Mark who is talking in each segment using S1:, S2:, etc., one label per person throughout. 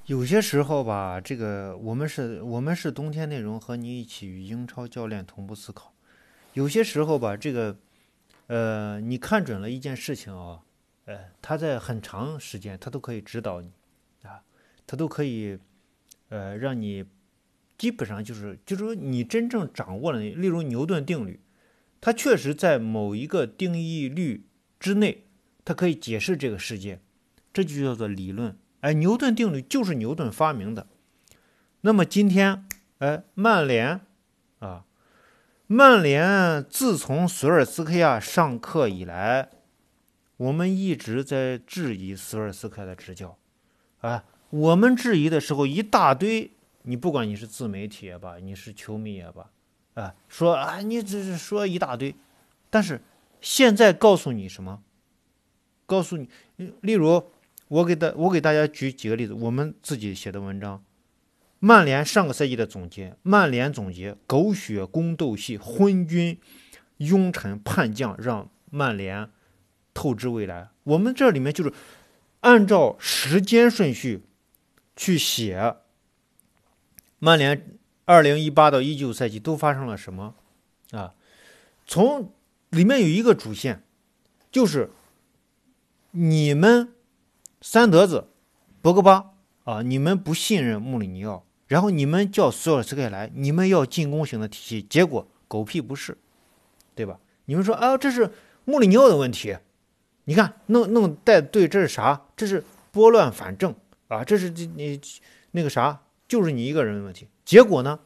S1: 有些时候吧，这个我们是冬天内容和你一起与英超教练同步思考。有些时候吧，你看准了一件事情啊，他在很长时间他都可以指导你啊，他都可以让你基本上就是说你真正掌握了，例如牛顿定律，它确实在某一个定义律之内，它可以解释这个世界，这就叫做理论。哎，牛顿定律就是牛顿发明的。那么今天，曼联啊，曼联自从索尔斯克亚上课以来，我们一直在质疑索尔斯克亚的执教。啊，我们质疑的时候一大堆，你不管你是自媒体也罢，你是球迷也罢，说啊，你只是说一大堆，但是现在告诉你什么？告诉你，例如我给大家举几个例子，我们自己写的文章。曼联上个赛季的总结，曼联总结狗血宫斗戏，昏君庸臣叛将，让曼联透支未来。我们这里面就是按照时间顺序去写曼联2018到19赛季都发生了什么啊？从里面有一个主线，就是你们三德子、博格巴啊，你们不信任穆里尼奥，然后你们叫索尔斯克亚来，你们要进攻型的体系，结果狗屁不是，对吧？你们说啊，这是穆里尼奥的问题，你看弄带队，这是啥？这是拨乱反正啊，这是你那个啥，就是你一个人的问题。结果呢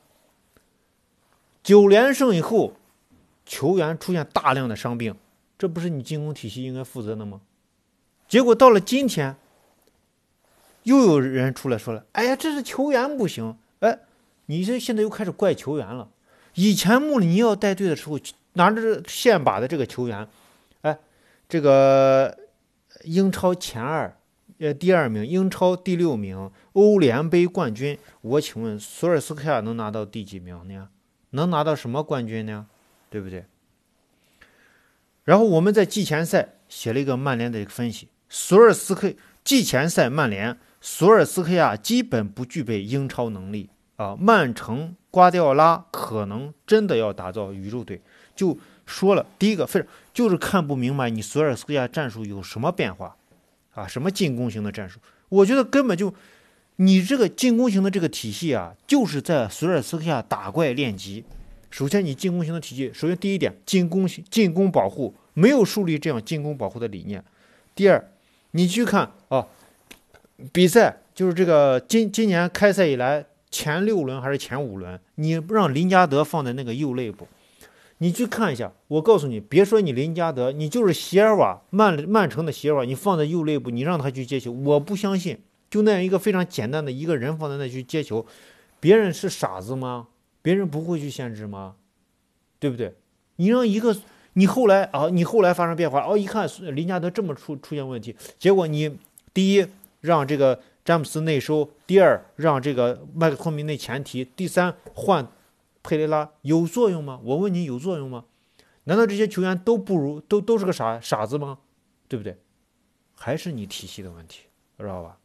S1: ，9连胜以后，球员出现大量的伤病，这不是你进攻体系应该负责的吗？结果到了今天，又有人出来说了，哎呀，这是球员不行，哎，你这现在又开始怪球员了。以前穆里尼奥带队的时候，拿着现把的这个球员，哎，这个英超前二，第二名，英超第6名，欧联杯冠军。我请问，索尔斯克亚能拿到第几名呢？能拿到什么冠军呢？对不对？然后我们在季前赛写了一个曼联的一个分析，季前赛曼联索尔斯克亚基本不具备英超能力啊，曼城瓜迪奥拉可能真的要打造宇宙队。就说了，第一个就是看不明白你索尔斯克亚战术有什么变化啊，什么进攻型的战术，我觉得根本就你这个进攻型的这个体系啊，就是在索尔斯克亚打怪练级。首先，你进攻型的体系，首先第一点，进攻保护没有树立这样进攻保护的理念。第二，你去看啊，比赛就是这个今年开赛以来前6轮还是前5轮，你让林加德放在那个右肋部，你去看一下。我告诉你，别说你林加德，你就是席尔瓦，曼城的席尔瓦，你放在右肋部，你让他去接球，我不相信。就那样一个非常简单的一个人放在那去接球，别人是傻子吗？别人不会去限制吗？对不对？你让一个你后来发生变化，一看林加德这么出现问题，结果你第一让这个詹姆斯内收，第二让这个麦克托米内前提，第三换佩雷拉，有作用吗？我问你，有作用吗？难道这些球员都是个傻子吗？对不对？还是你体系的问题，知道吧？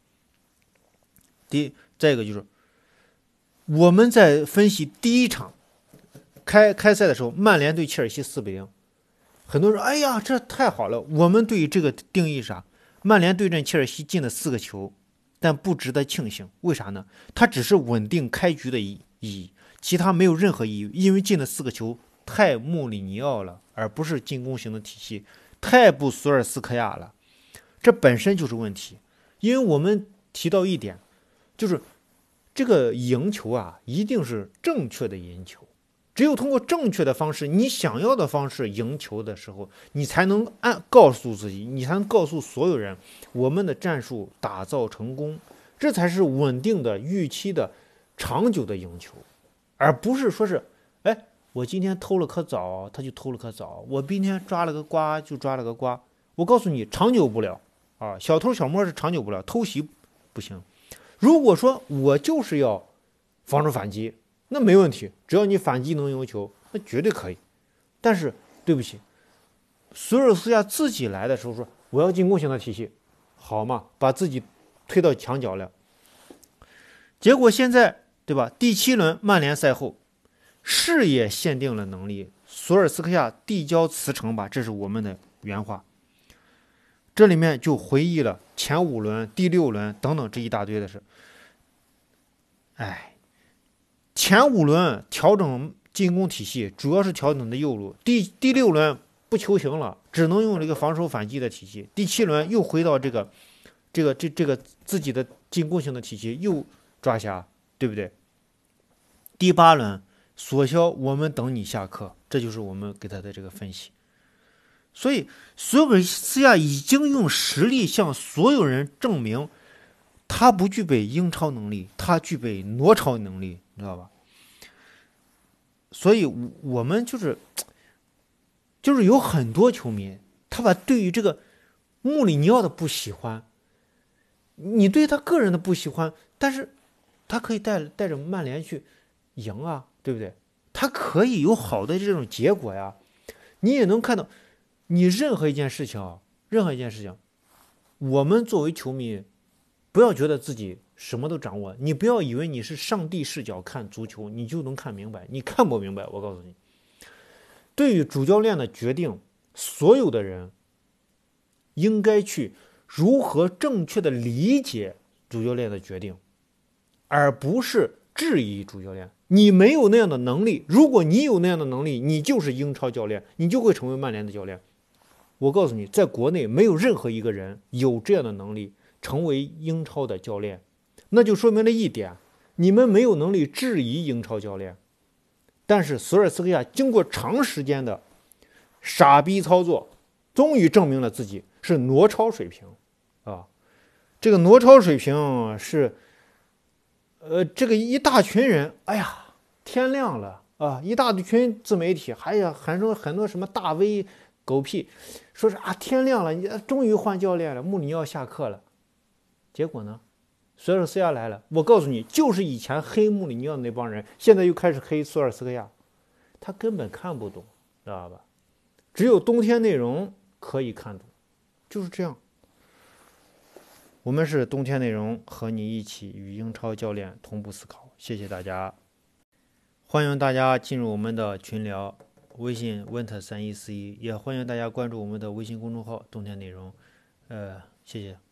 S1: 再一个就是我们在分析第一场开赛的时候，曼联对切尔西4-0，很多人说，哎呀，这太好了。我们对于这个定义是啥？曼联对阵切尔西进了4个球，但不值得庆幸，为啥呢？它只是稳定开局的意义，其他没有任何意义，因为进了4个球太穆里尼奥了，而不是进攻型的体系，太不索尔斯克亚了，这本身就是问题。因为我们提到一点，就是这个赢球啊，一定是正确的赢球。只有通过正确的方式，你想要的方式赢球的时候，你才能告诉自己，你才能告诉所有人，我们的战术打造成功，这才是稳定的、预期的、长久的赢球，而不是说是，我今天偷了颗枣，他就偷了颗枣；我今天抓了个瓜，就抓了个瓜。我告诉你，长久不了啊！小偷小摸是长久不了，偷袭不行。如果说我就是要防守反击，那没问题，只要你反击能赢球，那绝对可以。但是对不起，索尔斯克亚自己来的时候说我要进攻型的体系，好嘛，把自己推到墙角了。 结果现在对吧？第7轮曼联赛后，视野限定了能力，索尔斯克亚递交辞呈吧，这是我们的原话。这里面就回忆了前5轮、第6轮等等这一大堆的事。前5轮调整进攻体系，主要是调整的右路。第6轮不求行了，只能用这个防守反击的体系。第7轮又回到这个自己的进攻型的体系，又抓瞎，对不对？第8轮，索肖，我们等你下课，这就是我们给他的这个分析。所以，索尔斯克亚已经用实力向所有人证明，他不具备英超能力，他具备挪超能力，你知道吧？所以，我们就是有很多球迷，他把对于这个穆里尼奥的不喜欢，你对他个人的不喜欢，但是他可以带着曼联去赢啊，对不对？他可以有好的这种结果呀。你也能看到，你任何一件事情，我们作为球迷，不要觉得自己什么都掌握，你不要以为你是上帝视角看足球，你就能看明白，你看不明白。我告诉你，对于主教练的决定，所有的人应该去如何正确的理解主教练的决定，而不是质疑主教练。你没有那样的能力，如果你有那样的能力，你就是英超教练，你就会成为曼联的教练。我告诉你，在国内没有任何一个人有这样的能力成为英超的教练，那就说明了一点，你们没有能力质疑英超教练。但是索尔斯克亚经过长时间的傻逼操作，终于证明了自己是挪超水平啊！这个挪超水平是，这个一大群人，哎呀，天亮了啊！一大群自媒体，还有很多什么大 V 狗屁，说是啊，天亮了，你终于换教练了，穆里尼奥下课了。结果呢，索尔斯克亚来了，我告诉你，就是以前黑穆里尼奥的那帮人，现在又开始黑索尔斯克亚，他根本看不懂，知道吧？只有冬天内容可以看懂，就是这样。我们是冬天内容，和你一起与英超教练同步思考。谢谢大家，欢迎大家进入我们的群聊，微信 winter3141，也欢迎大家关注我们的微信公众号冬天内容。谢谢。